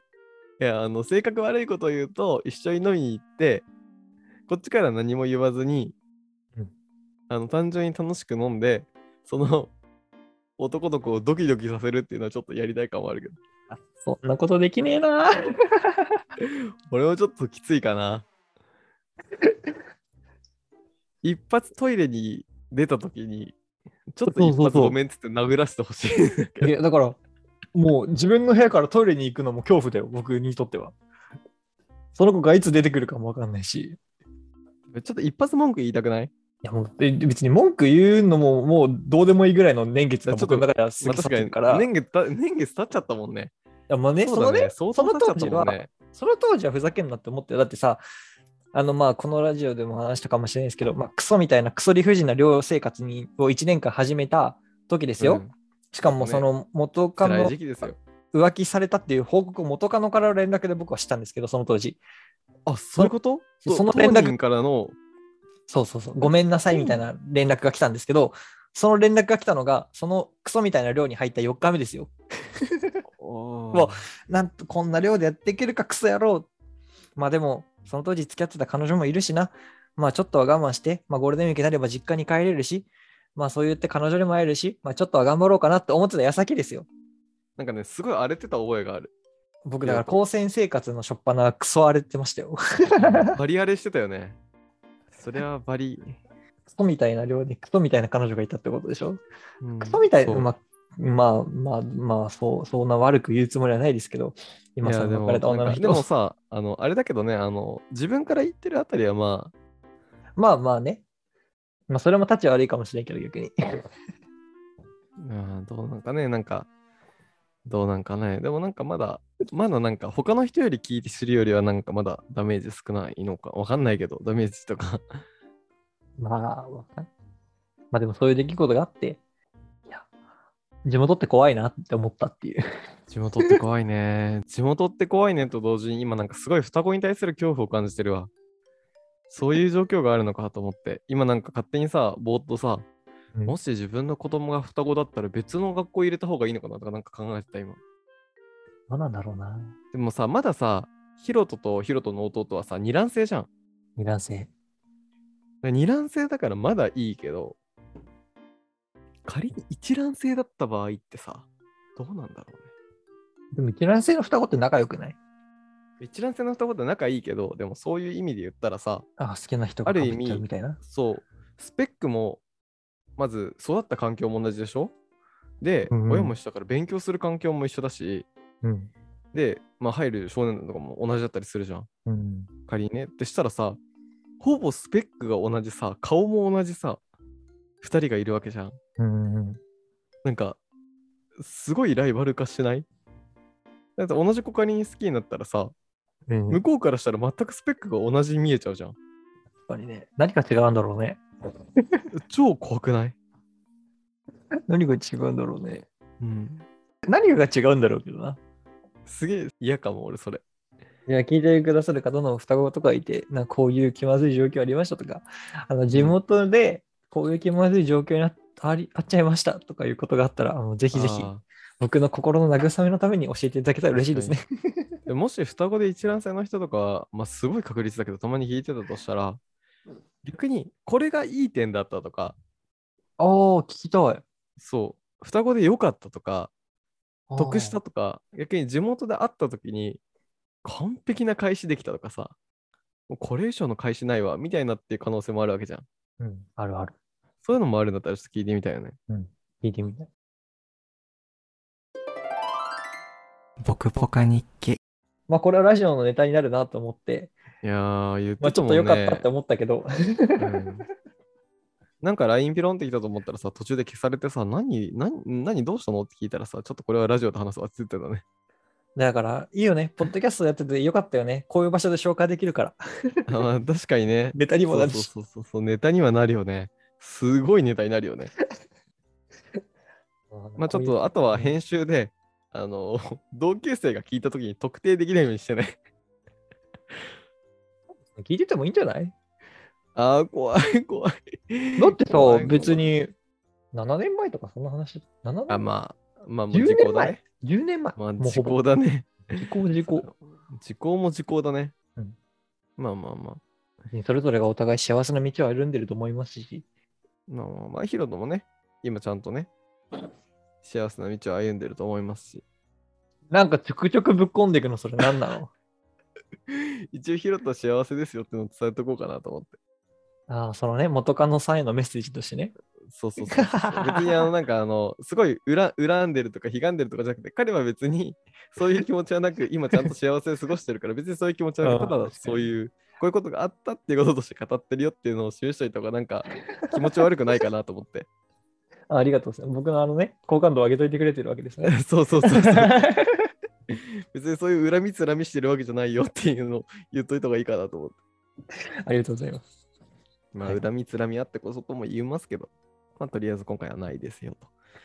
いや、性格悪いことを言うと、一緒に飲みに行って、こっちから何も言わずに、単純に楽しく飲んで、その男の子をドキドキさせるっていうのはちょっとやりたい感はあるけど。 そんなことできねえな。 俺はちょっときついかな。一発トイレに出たときに、ちょっと一発ごめんっつって殴らせてほしい。 いや、だから、もう自分の部屋からトイレに行くのも恐怖だよ、僕にとっては。その子がいつ出てくるかもわかんないし。 ちょっと一発文句言いたくない？ いやもう別に文句言うのももうどうでもいいぐらいの年月が僕の中では過ぎ去ってるから。 年月経っちゃったもんね。 いやまあね、その当時はふざけんなって思って、だってさ、まあこのラジオでも話したかもしれないですけど、まあクソみたいなクソ理不尽な寮生活を1年間始めた時ですよ。しかもその元カノ浮気されたっていう報告を元カノから連絡で僕はしたんですけど、その当時。 あ、そういうこと？ その連絡からのそう、ごめんなさいみたいな連絡が来たんですけど、その連絡が来たのが、そのクソみたいな寮に入った4日目ですよ。もう、なんとこんな寮でやっていけるかクソ野郎。まあでも、その当時付き合ってた彼女もいるしな。まあちょっとは我慢して、まあゴールデンウィークになれば実家に帰れるし、まあそう言って彼女にも会えるし、まあちょっとは頑張ろうかなって思ってた矢先ですよ。 なんかね、すごい荒れてた覚えがある。 僕だから高専生活のしょっぱなクソ荒れてましたよ。 バリ荒れしてたよね。それはバリ。 クソみたいな寮にクソみたいな彼女がいたってことでしょ。クソみたいな、まあそんな悪く言うつもりはないですけど、今さ別れた女の人。 でもさ、あれだけどね、自分から言ってるあたりはまあね。まあそれも立ち悪いかもしれんけど逆に。 どうなんかね。でもなんかまだなんか他の人より聞いてするよりはなんかまだダメージ少ないのかわかんないけど、ダメージとか。 まあでもそういう出来事があって、いや、地元って怖いなって思ったっていう。 地元って怖いね。地元って怖いねと同時に今なんかすごい双子に対する恐怖を感じてるわ。そういう状況があるのかと思って、今なんか勝手にさ、ぼーっとさ、もし自分の子供が双子だったら別の学校入れた方がいいのかなとかなんか考えてた今。 どうなんだろうな。 でもさ、まださ、ヒロトの弟はさ、二卵性じゃん。 二卵性。 二卵性だからまだいいけど、仮に一卵性だった場合ってさ、どうなんだろうね。 でも一卵性の双子って仲良くない？ 一卵性の双子って仲いいけど、でもそういう意味で言ったらさ、 好きな人が被っちゃうみたいな。 そう、スペックも、まず育った環境も同じでしょ。で、親も一緒だから勉強する環境も一緒だし、で、入る少年とかも同じだったりするじゃん。仮にね。ってしたらさ、ほぼスペックが同じさ、顔も同じさ、2人がいるわけじゃん。なんか、すごいライバル化しない？だって同じ子仮に好きになったらさ、向こうからしたら全くスペックが同じに見えちゃうじゃん。やっぱりね、何が違うんだろうね。 超怖くない？ 何が違うんだろうね。何が違うんだろうけどな。 すげえ嫌かも、俺それ。 いや、聞いてくださる方の双子とかいて、こういう気まずい状況ありましたとか、地元でこういう気まずい状況にあっちゃいましたとかいうことがあったら、ぜひぜひ僕の心の慰めのために教えていただけたら嬉しいですね。 もし双子で一卵性の人とか、すごい確率だけど、たまに聞いてたとしたら、逆にこれがいい点だったとか、 聞きたい。 そう、双子で良かったとか、得したとか、逆に地元で会った時に完璧な返しできたとかさ、もうこれ以上の返しないわみたいなっていう可能性もあるわけじゃん。 あるある。 そういうのもあるんだったらちょっと聞いてみたいよね。 聞いてみたい。 ボクポカ日記。 これはラジオのネタになるなと思って。 いやー、言ってたもんね。 ちょっと良かったって思ったけど。 なんか LINE ピロンってきたと思ったらさ、途中で消されてさ、何どうしたのって聞いたらさ、ちょっとこれはラジオで話すわって言ってたね。 だから、いいよね。ポッドキャストやっててよかったよね。こういう場所で紹介できるから。 確かにね。 ネタにもなるし。 そう、ネタにはなるよね。すごいネタになるよね。ちょっと、あとは編集で、同級生が聞いたときに特定できないようにしてね。 聞いててもいいんじゃない？ 怖い。 だってさ、別に7年前とかそんな話。7年もう時効だね。 10年前。 時効だね。 時効。 時効も時効だね。 それぞれがお互い幸せな道を歩んでると思いますし。 ヒロトもね、今ちゃんとね、幸せな道を歩んでると思いますし。 なんかちょくちょくぶっこんでいくの、それ何なの？ 一応ヒロトは幸せですよってのを伝えとこうかなと思って。 そのね、元カノさんへのメッセージとしてね。 そう別になんかすごい恨んでるとか悲んでるとかじゃなくて、彼は別にそういう気持ちはなく、今ちゃんと幸せで過ごしてるから、別にそういう気持ちはなく、ただそういうこういうことがあったっていうこととして語ってるよっていうのを示しといた方がなんか気持ち悪くないかなと思って。 ありがとうございます。僕の好感度を上げといてくれてるわけですね。 そう別にそういう恨みつらみしてるわけじゃないよっていうのを言っといた方がいいかなと思って。 ありがとうございます。 恨みつらみあってこそとも言いますけど、とりあえず今回はないですよと。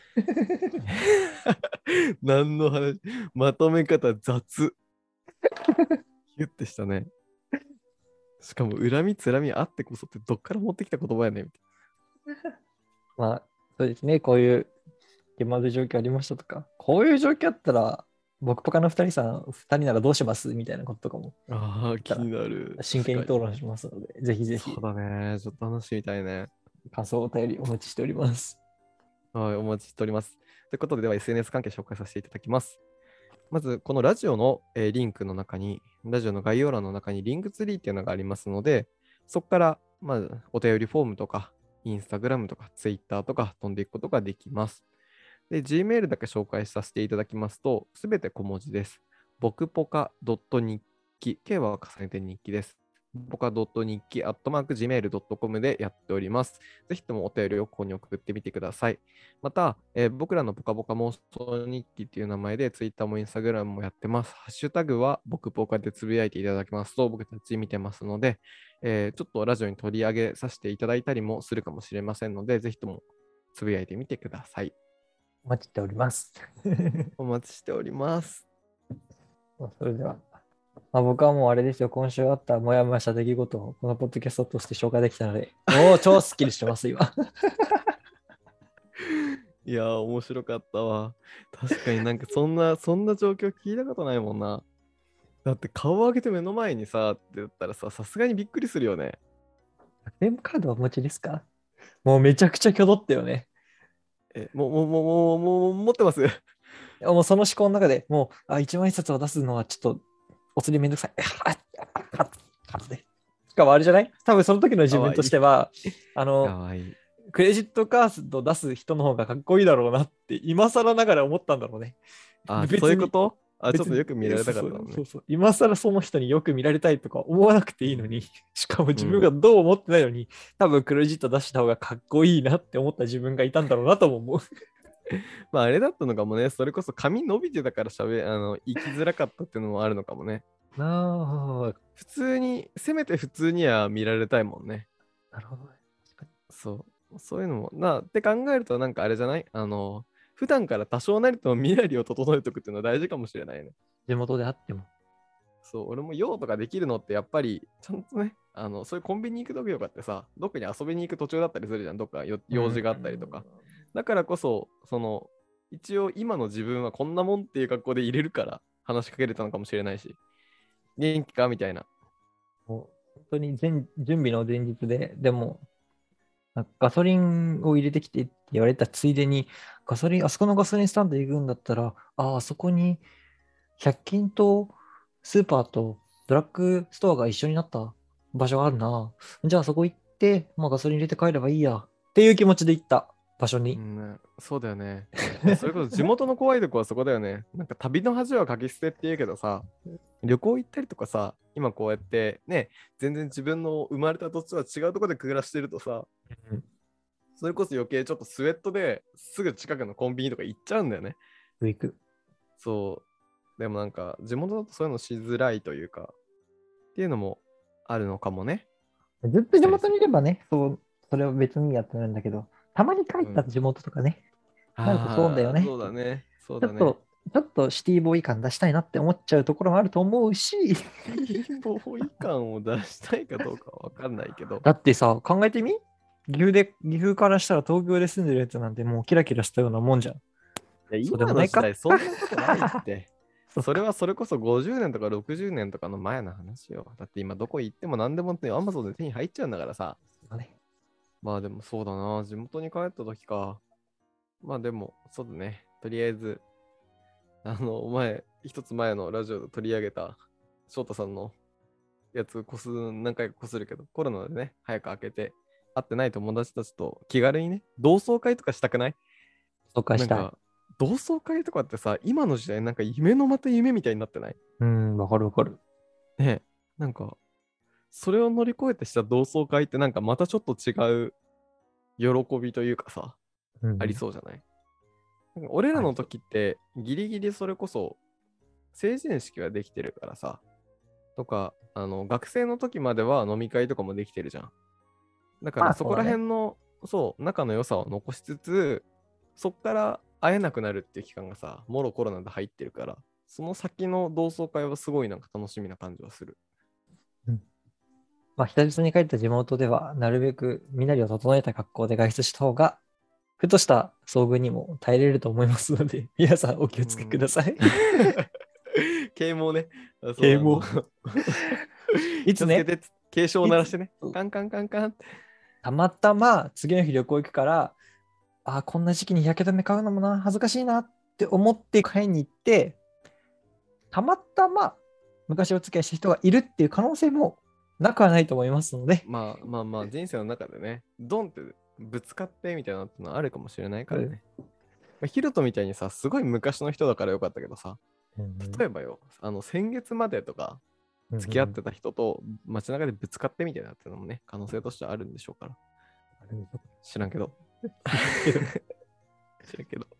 何の話、まとめ方雑。ギュッてしたね。しかも恨みつらみあってこそってどっから持ってきた言葉やねみたいな。そうですね、こういう気まずい状況ありましたとか、こういう状況あったら、僕とかの2人ならどうしますみたいなこととかも。 気になる。 真剣に討論しますので、ぜひぜひ。 そうだね。ちょっと話してみたいね。 感想お便りお待ちしております。 はい、お待ちしております。ということで、では SNS 関係紹介させていただきます。まず、このラジオの、リンクの中に、ラジオの概要欄の中にリンクツリーっていうのがありますので、そこから、お便りフォームとか、インスタグラムとか、ツイッターとか飛んでいくことができます。で、Gmail だけ紹介させていただきますと、すべて小文字です。僕ポカ日記。K は重ねて日記です。ポカ日記@gmail.com でやっております。ぜひともお便りをここに送ってみてください。また、僕らのポカポカ妄想日記っていう名前で Twitter も Instagram もやってます。ハッシュタグは僕ポカでつぶやいていただきますと僕たち見てますので、ちょっとラジオに取り上げさせていただいたりもするかもしれませんので、ぜひともつぶやいてみてください。 お待ちしております。 お待ちしております。 それでは、僕はもうあれですよ、今週あったもやもやした出来事をこのポッドキャストとして紹介できたので、超スッキリしてます、今。 いやー、面白かったわ。確かになんかそんな状況聞いたことないもんな。だって顔を上げて目の前にさって言ったらさ、さすがにびっくりするよね。 楽天カードはお持ちですか？もうめちゃくちゃ挙動ったよね。 持ってます。 もうその思考の中でもう、一万円札を出すのはちょっとお釣りめんどくさい。数で。しかもあれじゃない？多分その時の自分としては、 かわいい。 クレジットカード出す人の方がかっこいいだろうなって今更ながら思ったんだろうね。 そういうこと？ちょっとよく見られたかったのね。 そう今更その人によく見られたいとか思わなくていいのに、しかも自分がどう思ってないのに、多分クレジット出した方がかっこいいなって思った自分がいたんだろうなとも思う。 まああれだったのかもね。それこそ髪伸びてたから生きづらかったっていうのもあるのかもね。 普通に、せめて普通には見られたいもんね。 なるほどね。 そういうのも。って考えるとなんかあれじゃない？普段から多少なりとも身なりを整えておくっていうのは大事かもしれないね。 地元であっても。 そう、俺も用とかできるのってやっぱりちゃんとね、そういうコンビニ行く時とかってさ、どっかに遊びに行く途中だったりするじゃん。どっか用事があったりとか。だからこそ、一応今の自分はこんなもんっていう格好で入れるから話しかけれたのかもしれないし、元気かみたいな。 もう本当に準備の前日でも、ガソリンを入れてきてって言われたついでに、あそこのガソリンスタンド行くんだったら、あそこに100均とスーパーとドラッグストアが一緒になった場所があるな。じゃあそこ行って、ガソリン入れて帰ればいいや。っていう気持ちで行った場所に。 そうだよね。それこそ地元の怖いとこはそこだよね。なんか旅の恥はかき捨てって言うけどさ、旅行行ったりとかさ、今こうやってね、全然自分の生まれた土地とは違うところで暮らしてるとさ、それこそ余計ちょっとスウェットですぐ近くのコンビニとか行っちゃうんだよね。 行く。 そう。でもなんか地元だとそういうのしづらいというか、っていうのもあるのかもね。 ずっと地元にいればね、それは別にやってるんだけど、たまに帰った地元とかね、なるとそうだよね。 そうだね。 ちょっとシティボーイ感出したいなって思っちゃうところもあると思うし。 シティボーイ感を出したいかどうかわかんないけど。 だってさ、考えてみ？岐阜からしたら東京で住んでるやつなんてもうキラキラしたようなもんじゃん。いや、今の時代そんなことないって。それはそれこそ50年とか60年とかの前の話よ。だって今どこ行っても何でもってアマゾンで手に入っちゃうんだからさ。まあでもそうだな。地元に帰った時か。まあでも、そうだね。とりあえず、一つ前のラジオで取り上げた翔太さんのやつ何回かこするけど、コロナでね、早く開けて、会ってない友達たちと気軽にね、同窓会とかしたくない？ 同窓会したい。 同窓会とかってさ、今の時代なんか夢のまた夢みたいになってない？ わかるわかる。 ね、なんか、それを乗り越えてした同窓会ってなんかまたちょっと違う喜びというかさ、ありそうじゃない？俺らの時ってギリギリそれこそ成人式はできてるからさ、とか、学生の時までは飲み会とかもできてるじゃん。だからそこら辺の、仲の良さを残しつつ、そっから会えなくなるっていう期間がさ、もろコロナで入ってるから、その先の同窓会はすごいなんか楽しみな感じはする。 久々に帰った地元では、なるべく身なりを整えた格好で外出した方が、ふとした遭遇にも耐えれると思いますので、皆さんお気をつけください。 啓蒙ね。 啓蒙。いつね、 警鐘を鳴らしてね。カンカンカンカンって。 たまたま次の日旅行行くから、こんな時期に日焼け止め買うのもな、恥ずかしいなって思って買いに行って、たまたま昔お付き合いした人がいるっていう可能性もなくはないと思いますので。 まあ、人生の中でね、ドンってぶつかってみたいなのはあるかもしれないからね。ヒロトみたいにさ、すごい昔の人だからよかったけどさ、例えばよ、先月までとか付き合ってた人と街中でぶつかってみたいなってのもね、可能性としてはあるんでしょうから。知らんけど。知らんけど。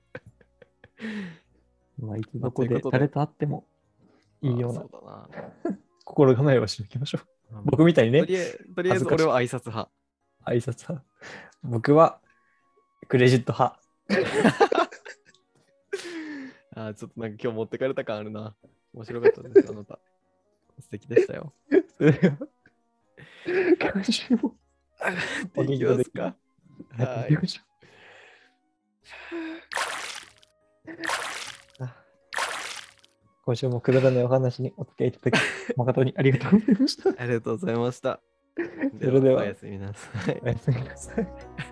いつどこで誰と会ってもいいようなそうだな心構えをしておきましょう。僕みたいにね。 とりあえず俺は挨拶派。 挨拶派。僕はクレジット派。 ちょっとなんか今日持ってかれた感あるな。面白かったです、あなた。素敵でしたよ。 今週も。 できますか？はい。 今週もくだらないお話にお付き合いいただき、誠にありがとうございました。 ありがとうございました。 それではおやすみなさい。 おやすみなさい。